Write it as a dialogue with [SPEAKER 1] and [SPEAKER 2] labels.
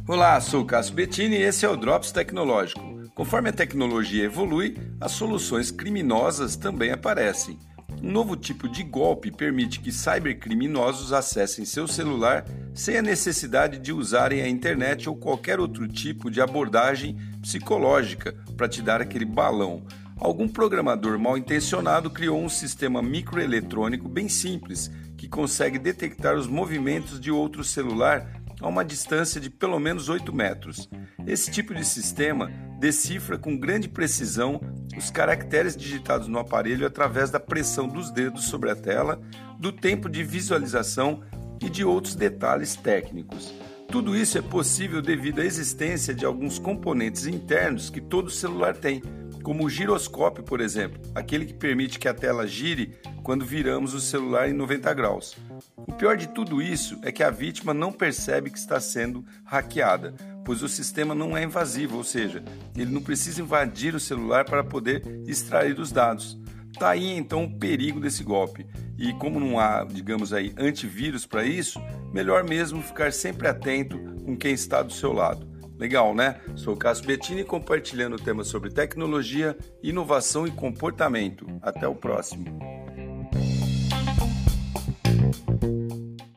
[SPEAKER 1] Olá, sou o Cássio Bettini e esse é o Drops Tecnológico. Conforme a tecnologia evolui, as soluções criminosas também aparecem. Um novo tipo de golpe permite que cybercriminosos acessem seu celular sem a necessidade de usarem a internet ou qualquer outro tipo de abordagem psicológica para te dar aquele balão. Algum programador mal intencionado criou um sistema microeletrônico bem simples que consegue detectar os movimentos de outro celular a uma distância de pelo menos 8 metros. Esse tipo de sistema decifra com grande precisão os caracteres digitados no aparelho através da pressão dos dedos sobre a tela, do tempo de visualização e de outros detalhes técnicos. Tudo isso é possível devido à existência de alguns componentes internos que todo celular tem, como o giroscópio, por exemplo, aquele que permite que a tela gire quando viramos o celular em 90 graus. O pior de tudo isso é que a vítima não percebe que está sendo hackeada, pois o sistema não é invasivo, ou seja, ele não precisa invadir o celular para poder extrair os dados. Tá aí então o perigo desse golpe. E como não há, antivírus para isso, melhor mesmo ficar sempre atento com quem está do seu lado. Legal, né? Sou o Cássio Bettini compartilhando temas sobre tecnologia, inovação e comportamento. Até o próximo.